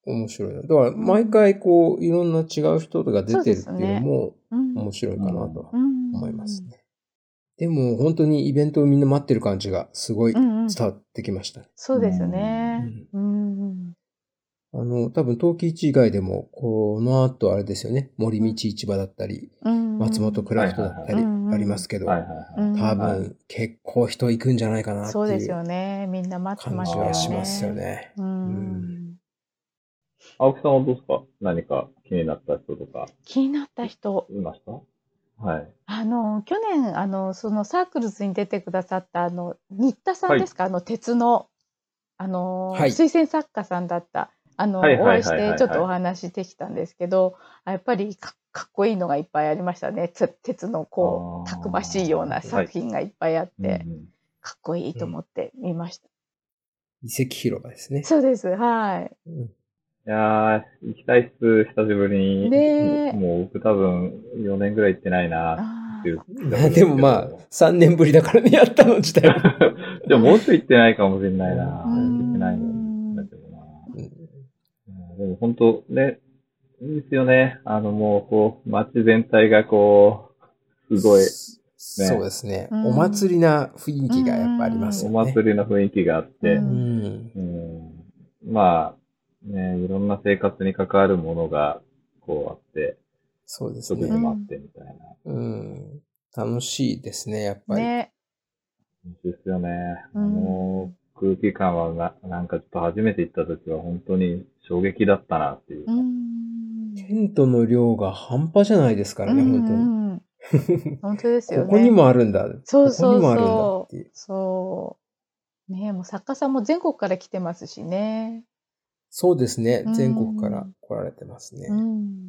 面白いな。だから、毎回こう、いろんな違う人が出てるっていうのも、 うん面白いかなとうん思いますね。でも、本当にイベントをみんな待ってる感じがすごい伝わってきました。 そうですね。 ううんん。 あの、多分、陶器市以外でも、この後あれですよね、森道市場だったり、 うん松本クラフトだったりうんありますけど、 はいはいはい。 うん多分、結構人行くんじゃないかなってそうですよいうね。みんな待って感じましたよね。 はしますよね。 ううんん。 青木さんはどうですか？何か気になった人とか気になった人。 いました？はい。 あの、去年、あの、そのサークルズに出てくださった、あの、新田さんですか、あの、鉄の、あの、 はい推薦作家さんだった、あの、 はいお会いしはいはいはいはいて、ちょっとお話できたんですけど、あやっぱりかかっこいいのがいっぱいありましたね。つ鉄のこう、 あーたくましいような作品がいっぱいあって、 うんうんかっこいいと思って見ました。 遺跡広場ですね。 そうです、はい。 うんいやー、行きたいっす、久しぶりに。 ねえもう僕多分よねんぐらい行ってないなあっていうーでもまあ、さんねんぶりだからね、やったの自体も。 じゃあもうちょい行ってないかもしれないな。 うん行ってないんだけどな。 うんうんでも本当ね、いいですよね。あのもうこう、街全体がこう、すごい、 そうですね。 うんお祭りな雰囲気がやっぱありますおよね。 祭りの雰囲気があって、 ううん。 うんまあ、ね、いろんな生活に関わるものがこうあって、 そうです食事ね。 もあってみたいな。 うん。楽しいですね、やっぱり。 ね。 いいですよね。あうんの空気感はな、なんかちょっと初めて行った時は本当に衝撃だったなっていう。 うん。 テントの量が半端じゃないですからね、本当に。 うんうん本当ですよね。 ここにもあるんだ。 そうそうここにもあるんだそっていうう。。そう。ねもう作家さんも全国から来てますしね。 そうですねう。ん全国から来られてますね。 うん。 うん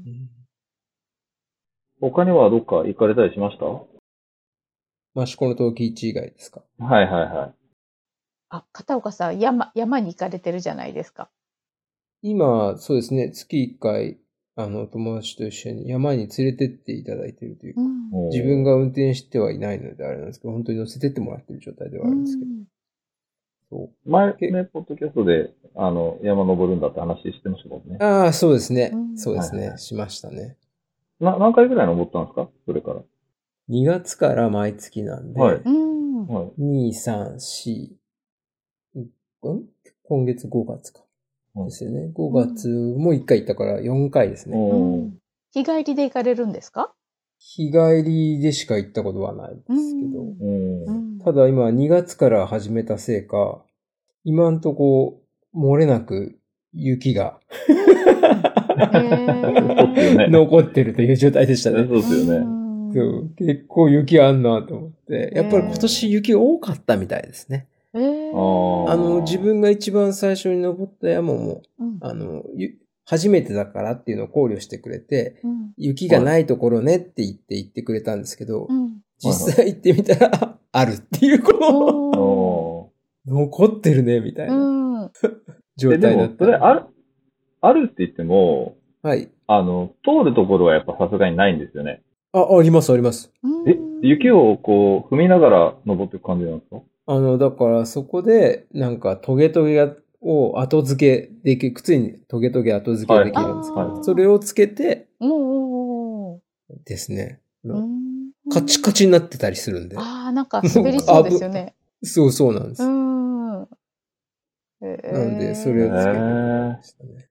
他にはどっか行かれたりしました？は益子の陶器市以外ですか？ いはいはい。 あ、片岡さん、山、山に行かれてるじゃないですか。 今、そうですね。月いっかい、あの、友達と一緒に山に連れてっていただいているというか、 うん。 自分が運転してはいないのであれなんですけど、本当に乗せてってもらっている状態ではあるんですけど。そう前ね、ポッドキャストで、あの、山登るんだって話してましたもんね。 ああ、そうですね。 うんそうですね。 はいはいはいしましたね。 な、何回ぐらい登ったんですか？それから。 にがつから毎月なんで、 はいうん。 はい。 に、さん、よん、ん今月ごがつか。 はいですよね。ごがつもいっかい行ったからよんかいですね。 おー日帰りで行かれるんですか？ 日帰りでしか行ったことはないですけど、 うんおーうんただ今にがつから始めたせいか、今んとこ漏れなく雪がへーね残ってるという状態でしたそうね。 ですよね。 うんそう結構雪あんなと思って。やっぱり今年雪多かったみたいですね。 へーあーあの、自分が一番最初に登った山も、 うんあの、ゆ初めてだからっていうのを考慮してくれて、 うん雪がないところねって言って言ってくれたんですけど、 うん実際行ってみたら、あるっていう、この、 おーお残ってるね、みたいなうんーえでも状態だっ、た。 それある、あるって言っても、 はい。 あの、通るところはやっぱさすがにないんですよね。 あ、あります、あります。 うんえ、雪をこう、踏みながら登っていく感じなんですか？ あの、だからそこで、なんかトゲトゲがを後付けできる、靴にトゲトゲ後付けできるんですけど、 はいそれをつけておーおーですね、 おーうんカチカチになってたりするんで。 ああ、なんか滑りそうですよね。 そうそうなんです。 うん。ななんで、それをつけてましたね。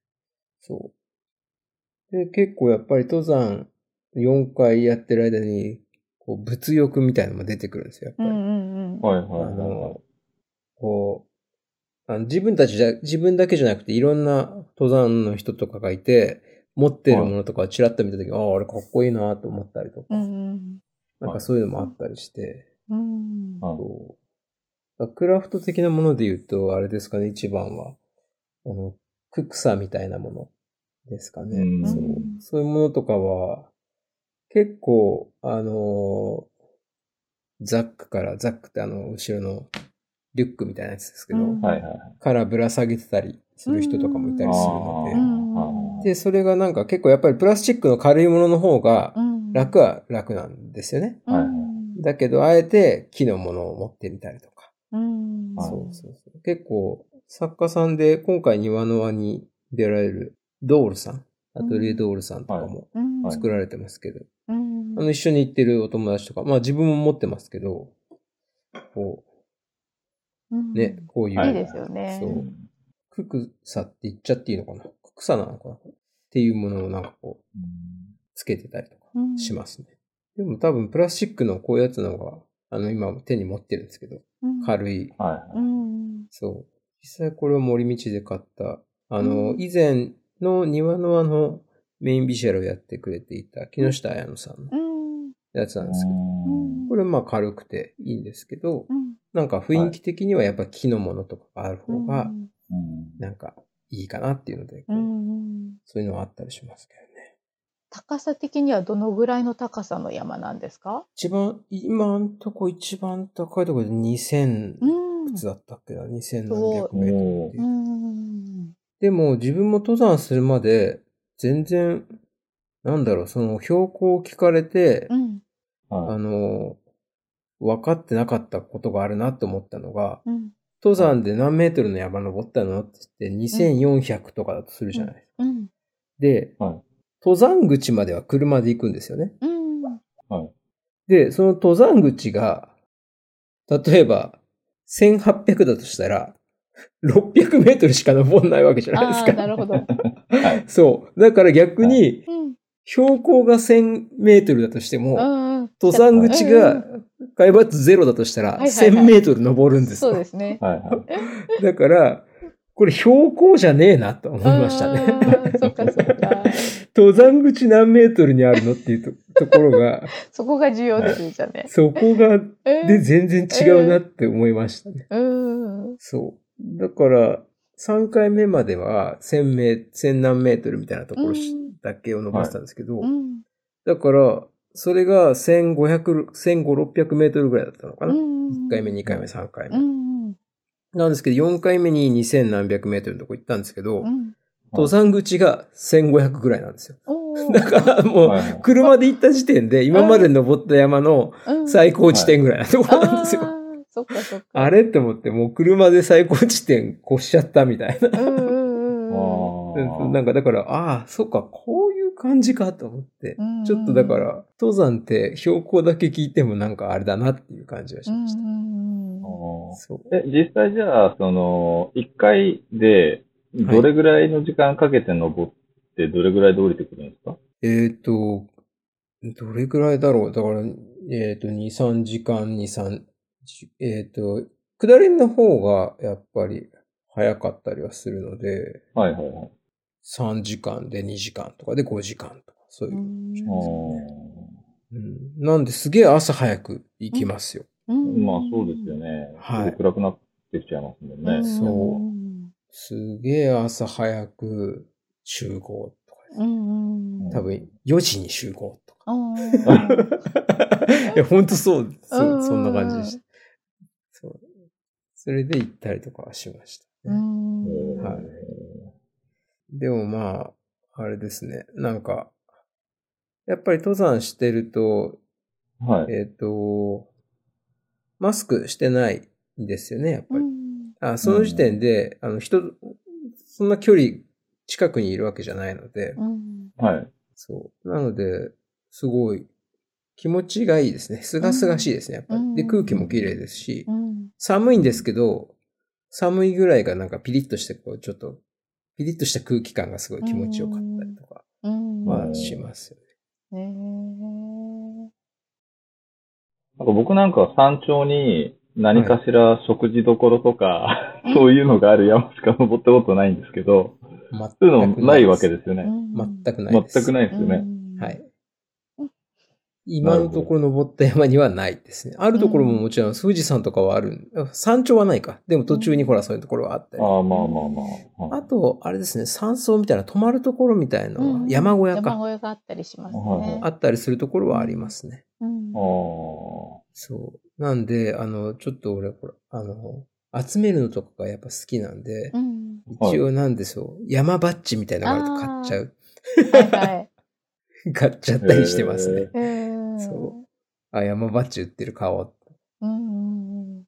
そう。で、結構やっぱり登山よんかいやってる間に、こう、物欲みたいなのも出てくるんですよ、やっぱり。 うんうんうん。 はいはいあはいはい。 の、こう、あの自分たちじゃ、自分だけじゃなくていろんな登山の人とかがいて、持ってるものとかをチラッと見たときに、ああ、あれかっこいいなと思ったりとか、 うんうんなんかそういうのもあったりして、 うん。 はいそうクラフト的なもので言うと、あれですかね、一番は、あの、ク草みたいなものですかね。 うんそうそういうものとかは、結構、あの、ザックから、ザックってあの、後ろのリュックみたいなやつですけど、 うんはいはい。 からぶら下げてたりする人とかもいたりするので、 うんで、それがなんか結構やっぱりプラスチックの軽いものの方がうん楽は楽なんですよね。 はいはいだけど、あえて木のものを持ってみたりとか。 うんはいそうそうそう。結構、作家さんで今回庭の輪に出られるドールさん、アトリエドールさんとかもうん作られてますけど、 うんあの一緒に行ってるお友達とか、まあ自分も持ってますけど、こうんう、ね、こういう、 いいですよね。 そう、ククサって言っちゃっていいのかな、ククサなのかなっていうものをなんかこう、つけてたりとかしますね。でも多分プラスチックのこういうやつの方が、あの今手に持ってるんですけど、 うん軽い。 はい。 うんそう。実際これは森道で買った、あの、 うん以前の庭のあの、メインビジュアルをやってくれていた木下彩乃さんのうんやつなんですけど、 うんこれまあ軽くていいんですけど、 うんなんか雰囲気的にはやっぱ木のものとかがある方が、 うん。 なんかいいかなっていうので、こううんそういうのはあったりしますけどね。 高さ的にはどのぐらいの高さの山なんですか？ 一番、今んとこ一番高いところでにせんうんいくつだったっけな ?にせんなんびゃくメートルっていうう。 んでも自分も登山するまで全然、なんだろう、その標高を聞かれて、 うんはい。 あの、分かってなかったことがあるなと思ったのが、 うん登山で何メートルの山登ったのって言ってにせんよんひゃくとかだとするじゃないですか。 うんで、 はい登山口までは車で行くんですよね。 うんはい。 で、その登山口が、例えばせんはっぴゃくだとしたら、ろっぴゃくメートルしか登んないわけじゃないですああ、 か。 なるほど。 はい。 そう。だから逆に、 うん標高がせんメートルだとしても、 うん登山口が海抜ゼロだとしたら、 はいはいはいせんメートル登るんですよ。 そうですね。 はい。はい。 だから、これ標高じゃねえなと思いましたね。 あーそっかそっか。 登山口何メートルにあるのっていうとところが、 そこが重要ですじゃね。 そこが、 えで全然違うなって思いましたね。 うんそう。だから、さんかいめまではせんメー、千何メートルみたいなところうんだけを伸ばしたんですけど、 うんだから、それがせんごひゃく、せんごひゃく、ろっぴゃくメートルぐらいだったのかな。いっうんかいめ、にかいめ、さんかいめ。 うんなんですけど、よんかいめににせん何百メートルのとこ行ったんですけど、 うん登山口がせんごひゃくぐらいなんですよ。 おーだからもうはいはい、 車で行った時点で、今まで登った山のうん最高地点ぐらいなところなんですよ。 あーそっかそっか。 あれって思って、もう車で最高地点越しちゃったみたいな。 うんうんうんうん。 あなんかだから、ああ、そっか、こういう感じかと思ってうん、 ちょっとだから、登山って標高だけ聞いてもなんかあれだなっていう感じがしました。 うんうんうんそう。 え、実際じゃあ、その、一回で、どれぐらいの時間かけて登って、どれぐらいで降りてくるんですか？ えっと、どれぐらいだろう。だから、えっと、に、さんじかん、に、さん、えっと、下りの方がやっぱり早かったりはするので、 はいはいはい。 さんじかんでにじかんとかでごじかんとか、そういう。うん、なんですげえ朝早く行きますよ。 うんまあそうですよね。 はいすぐ暗くなってきちゃいますもんね。 そうすげえ朝早く集合とかです、 うんうん多分よじに集合とか。 うんいや、ほんとそう、そうう、 んそんな感じでした。そう。それで行ったりとかはしましたうね。 んはい。でもまあ、あれですね。なんか、やっぱり登山してると、 はい。 えっと、マスクしてないんですよね、やっぱり。 うんあ、その時点で、あの、人、そんな距離近くにいるわけじゃないので、 うんはい。 そう。なので、すごい気持ちがいいですね。すがすがしいですね、やっぱり。で、空気も綺麗ですし、 うん寒いんですけど、寒いぐらいがなんかピリッとして、こう、ちょっと、ピリッとした空気感がすごい気持ちよかったりとかうんはしますよね。 へーなんか僕なんかは山頂に何かしら食事どころとか、 はいそういうのがある山しか登ったことないんですけど、そういうのないわけですよね。 全くないです。 全くないですよね。 はい。今のところ登った山にはないですね。あるところももちろん富士山とかはある。山頂はないか。でも途中にほらそういうところはあったり。 ああ、まあまあまあ。 あと、あれですね、山荘みたいな泊まるところみたいなのは山小屋か。 山小屋があったりしますね。 あったりするところはありますね。 うんああ。 そう。なんで、あの、ちょっと俺、ほら、あの、集めるのとかがやっぱ好きなんで、 うん一応なんでしょう、山バッジみたいなのがあると買っちゃう。 はいはい。 買っちゃったりしてますね。 うんそう。あ、山バッジ売ってる買おう。 うん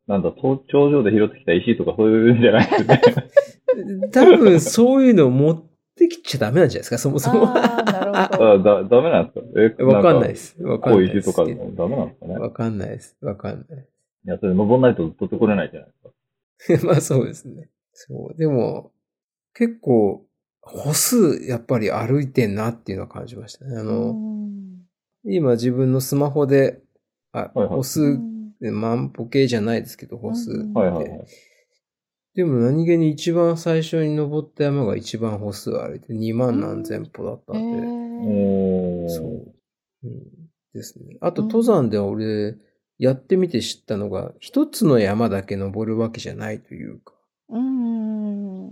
なんだ、頂上で拾ってきた石とかそういうんじゃないですね。 多分そういうのを持ってきちゃダメなんじゃないですか、そもそも。 ああ、なるほあど。 だ、ダメなんですかえ、 わかんないです。わかんないです。 こういう石とかダメなんですかね。 わかんないです。わかんない。 いや、それ登んないと取ってこれないじゃないですか。 まあそうですね。そう。でも、結構、歩数、やっぱり歩いてんなっていうのは感じましたね。あの、今自分のスマホで、あ、 はいはい、 歩数、万歩計じゃないですけど、歩数って。 はいはいはい。 でも何気に一番最初に登った山が一番歩数歩いてにまん何千歩だったんで。 おー。 そう。うん、ですね。あと登山で俺、やってみて知ったのが、一つの山だけ登るわけじゃないというか。 うん。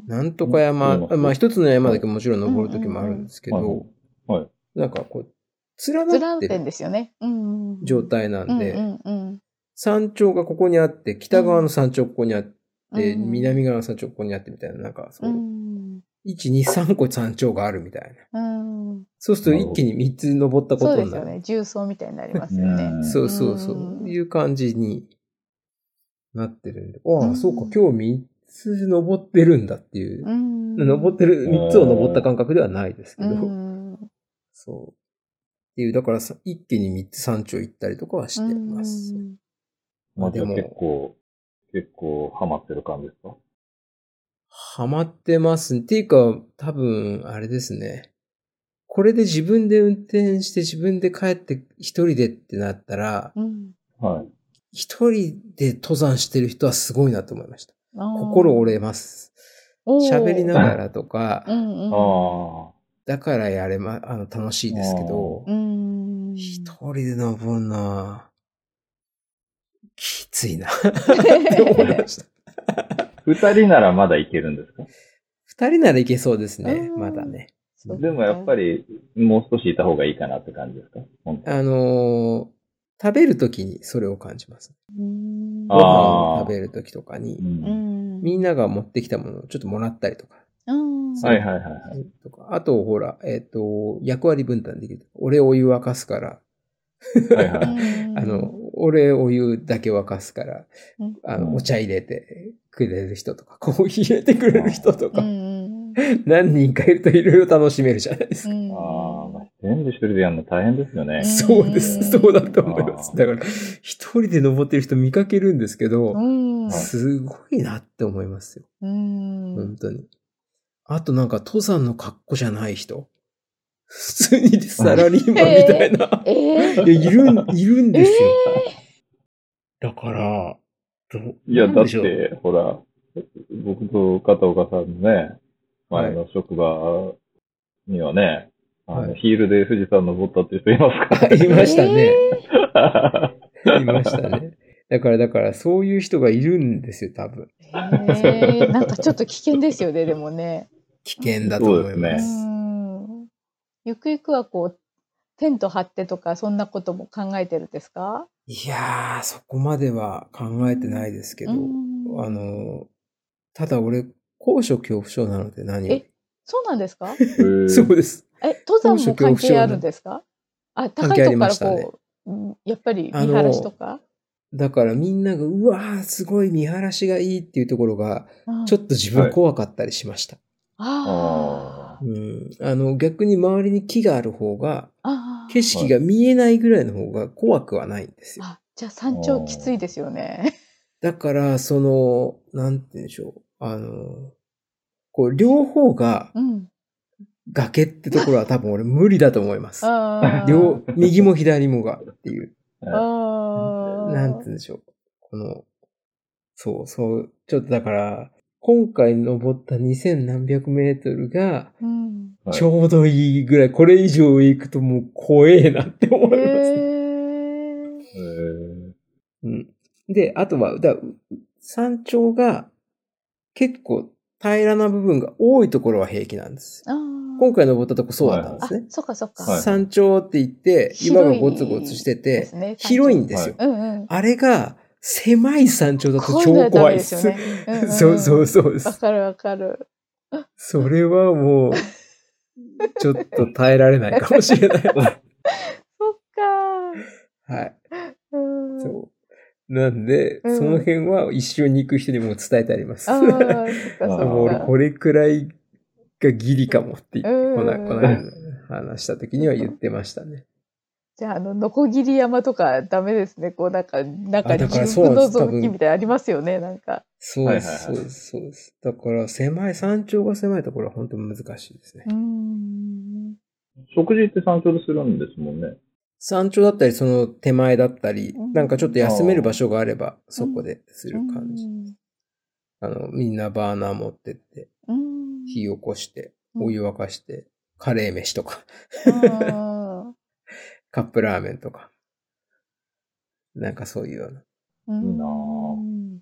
なんとか山、まあ一つの山だけもちろん登るときもあるんですけど、 はいはい、 なんかこう、連なってる状態なんで、山頂がここにあって、北側の山頂ここにあって、で、南側の山頂ここにあってみたいな、なんかそう、いち、に、さんこ山頂があるみたいな。そうすると一気にみっつ登ったことになる。 そうですよね。重曹みたいになりますよね。 そうそうそう。いう感じになってるんで、ああ、そうか、今日みっつ登ってるんだっていう。登ってる、みっつを登った感覚ではないですけど。そう。っていう、だからさ、一気にみっつ山頂行ったりとかはしてます。 まあでも、結構、結構ハマってる感じですか？ ハマってます。っていうか、多分、あれですね。これで自分で運転して自分で帰って一人でってなったら、 うん、 はい。 一人で登山してる人はすごいなと思いました。心折れます。喋りながらとか、 うんうん、 だからやれま、あの、楽しいですけど、一人で登るなきついなって思いました。 二人ならまだいけるんですか？ 二人ならいけそうですね、まだね。 でもやっぱり、もう少しいた方がいいかなって感じですか？ あのー、食べるときにそれを感じます。ご飯を食べるときとかに、みんなが持ってきたものをちょっともらったりとか。 はいはいはいはい。 とかあと、ほら、えっと、役割分担できる。俺お湯沸かすから、はいはい、あの、俺お湯だけ沸かすから、あの、お茶入れてくれる人とか、コーヒー入れてくれる人とか、何人かいるといろいろ楽しめるじゃないですか。 ああ、全部一人でやるの大変ですよね。 そうです。そうだと思います。だから、一人で登ってる人見かけるんですけど、すごいなって思いますよ。本当に。あとなんか登山の格好じゃない人。普通にサラリーマンみたいな。えーえー、いやいる、いるんですよ。えー、だから、 どいや、だって、ほら、僕と片岡さんのね、前の職場にはね、はい、あのヒールで富士山登ったっていう人いますか？ いましたね。いましたね。だから、だから、そういう人がいるんですよ、多分。 へー、なんかちょっと危険ですよね、でもね。 危険だと思います。 ゆくゆくはこう、テント張ってとか、そんなことも考えてるんですか？ いやー、そこまでは考えてないですけど、あの、ただ俺、高所恐怖症なので何より。 え、そうなんですか？ そうです。 え、登山も関係あるんですか？あ、高いとこからこう、ね、やっぱり見晴らしとか？ だからみんなが、うわー、すごい見晴らしがいいっていうところが、ちょっと自分怖かったりしました。 あうん、あの、逆に周りに木がある方が、景色が見えないぐらいの方が怖くはないんですよ。 あ、じゃあ山頂きついですよね。 だから、その、なんて言うんでしょう。あの、こう、両方が、崖ってところは多分俺無理だと思います。両、右も左もがっていう。なんて言うんでしょう。この、そう、そう、ちょっとだから、今回登ったにせんなんびゃくメートルが、ちょうどいいぐらい、これ以上行くともう怖えなって思います、ね。へー。うん。で、あとは、だ山頂が結構平らな部分が多いところは平気なんです。今回登ったとこそうだったんですね。 はい、あ、そっかそっか。 山頂って言って、岩がゴツゴツしてて、ね、広いんですよ。はい、うんうん、あれが、狭い山頂だと超怖いです。ですよね、うんうん、そうそうそうです。 わかるわかる。 それはもう、ちょっと耐えられないかもしれない。そっか。 はい。うん、そう。 なんで、 うんその辺は一緒に行く人にも伝えてあります。 ああ、そっかそっか。 もう俺これくらいがギリかもって言って、 うんこの、この間話した時には言ってましたね。 じゃあ、あの、ノコギリ山とかダメですね。こう、なんか、なんか、 あだから自分そうなんですのぞきみたいなのありますよね、なんか。 そうです、 はいはいはいそうです、そうです。だから、狭い、山頂が狭いところは本当に難しいですね。 うーん。 食事って山頂でするんですもんね。 山頂だったり、その手前だったりうん、 なんかちょっと休める場所があれば、そこでする感じ。 うんあの、みんなバーナー持ってって、 うん。 火起こして、 うんお湯沸かして、カレー飯とか、 うんカップラーメンとか。なんかそういうような。 うんいいなぁ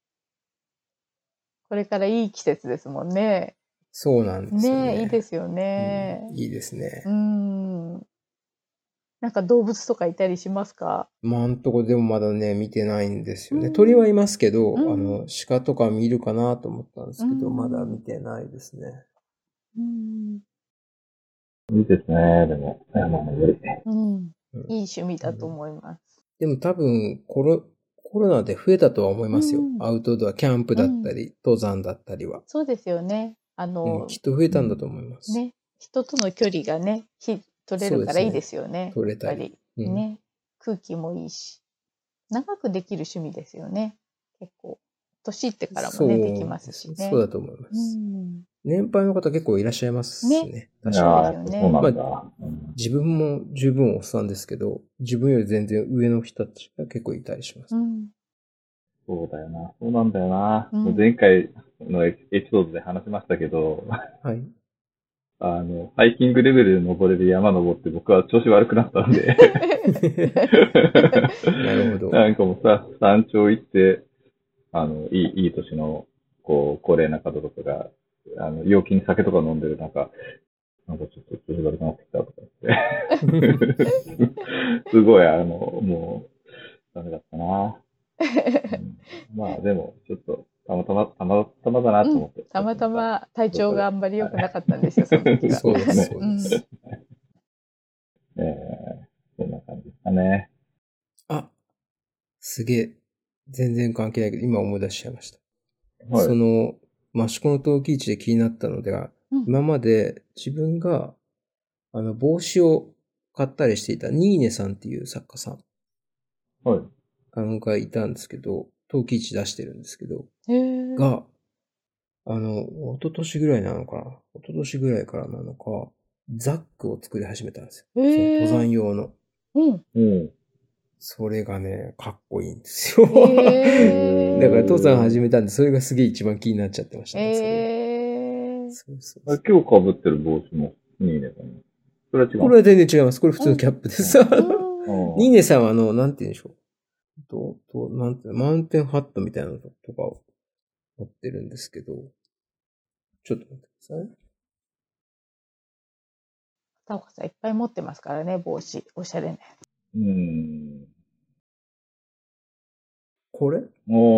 これからいい季節ですもんね。 そうなんですよね。 ねえ、いいですよね。 うんいいですねう。ん。なんか動物とかいたりしますか？ 今んとこでもまだね、見てないんですよね。 うん鳥はいますけど、 うんあの、鹿とか見るかなと思ったんですけど、 うんまだ見てないですね。 うん。 いいですね、でも。山登り。 うん。 うんいい趣味だと思います。 でも多分コロ、コロナで増えたとは思いますよ。 うんアウトドア、キャンプだったり、登山だったりは。 そうですよね。あうのん、きっと増えたんだと思います。 ね、人との距離がね、ひ取れるからいいですよね。 取れたり。 やっぱうんりね、空気もいいし、長くできる趣味ですよね。結構、年いってからもね、できますしね。 そうだと思いまうす。 ん。 年配の方結構いらっしゃいますね。 ねい確かに。 やー、やっぱそうなんだ。うん自分も十分おっさんですけど、自分より全然上の人たちが結構いたりします。 うん。 そうだよな。そうなんだよな。 うんもう前回のエピエピソードで話しましたけど、 はい。 あの、ハイキングレベルで登れる山登って僕は調子悪くなったんで。 なるほど。 なんかもうさ、山頂行って、あの、いい、いい年の、こう、高齢な方とかが、あの、陽気に酒とか飲んでる中、なんかちょっと調子悪くなってきたとか言って。すごい、あの、もう、ダメだったな。うんまあでも、ちょっと、たまたま、たまたまだなと思って。 たまたま体調があんまり良くなかったんですよ、その時が。 そうです、そううんです。 ええそんな感じですかね。 あ、すげえ。全然関係ないけど、今思い出しちゃいました。 はい。 その、益子の陶器市で気になったのでは、 うん今まで自分が、あの、帽子を買ったりしていたニーネさんっていう作家さんはい。 あのがいたんですけど、陶器市出してるんですけど、 へーが、あの、一昨年ぐらいなのかな一昨年ぐらいからなのか、ザックを作り始めたんですよ。 へーその登山用の。 うん。 うん。 それがね、かっこいいんですよ。 へーだから登山始めたんで、それがすげえ一番気になっちゃってましたね。それえーそうそうあそう今日被ってる帽子も、ニーネさんの。それは違う。 これは全然違います。これ普通のキャップです。 うんニーネさんはあの、なんて言うんでしょう。と、と、なんていうのマウンテンハットみたいなのとかを持ってるんですけど、ちょっと待ってください。 片岡さんいっぱい持ってますからね、帽子。おしゃれね。 うん。 これおー、なる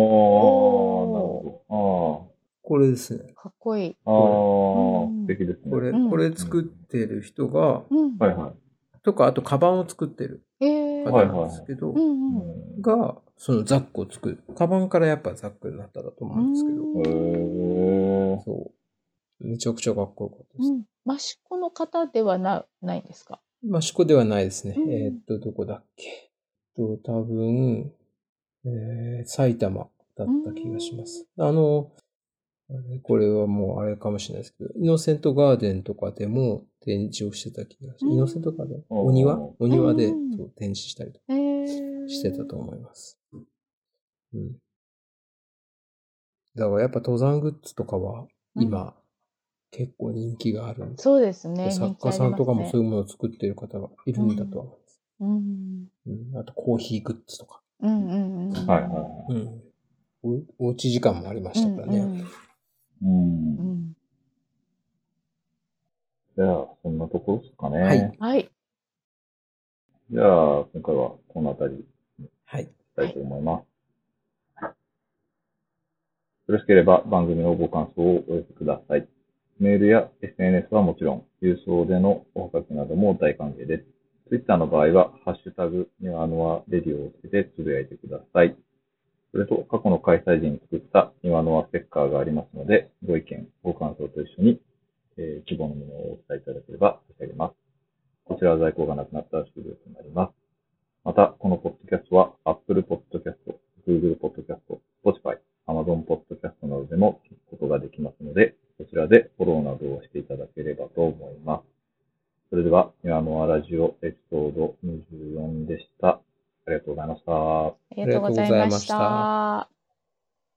ほど。 これですね。 かっこいい。 ああ、ああ、 うん素敵ですね。 これ、 うんこれ作ってる人が、 うん。 はいはい。 とか、あとカバンを作ってるえー方なんですけど、 うんうん。 うんが、そのザックを作る。カバンからやっぱザックになったんだと思うんですけど、 うんへーそう。めちゃくちゃかっこよかったです。 うん。益子の方ではなないんですか？ 益子ではないですね。 うんえーっと、どこだっけ。と、多分、えー、埼玉だった気がします。あの、あれこれはもうあれかもしれないですけど、イノセントガーデンとかでも展示をしてた気がします。 うんイノセントガーデンうんお庭お庭でうんそう展示したりとかえーしてたと思います。うん。だからやっぱ登山グッズとかは今、結構人気があるんで。 そうですね。 作家さんとかもそういう。 いうものを作っている方がいるんだとは思います。 うん。 うん、あとコーヒーグッズとか。 うんうんうん。 はいはうん。おおうち時間もありましたからね。 うんい。うんう。ん。 じゃあ、そんなところですかね。 はいはい。 じゃあ、今回はこの辺りにはい。 したいと思います。よろしければ番組のご感想をお寄せください。メールや エスエヌエス はもちろん、郵送でのおはがきなども大歓迎です。Twitter の場合は、ハッシュタグ、ニワノアレディオをつけてつぶやいてください。 それと過去の開催時に作った庭の輪ステッカーがありますので、ご意見、ご感想と一緒に、えー希望のものをお伝えいただければ差し上げます。こちらは在庫がなくなったら終了となります。また、このポッドキャストは Apple Podcast、Google Podcast、Spotify、Amazon Podcast などでも聞くことができますので、こちらでフォローなどをしていただければと思います。それでは、庭の輪ラジオエピソードにじゅうよんでした。ありがとうございました。 ありがとうございました。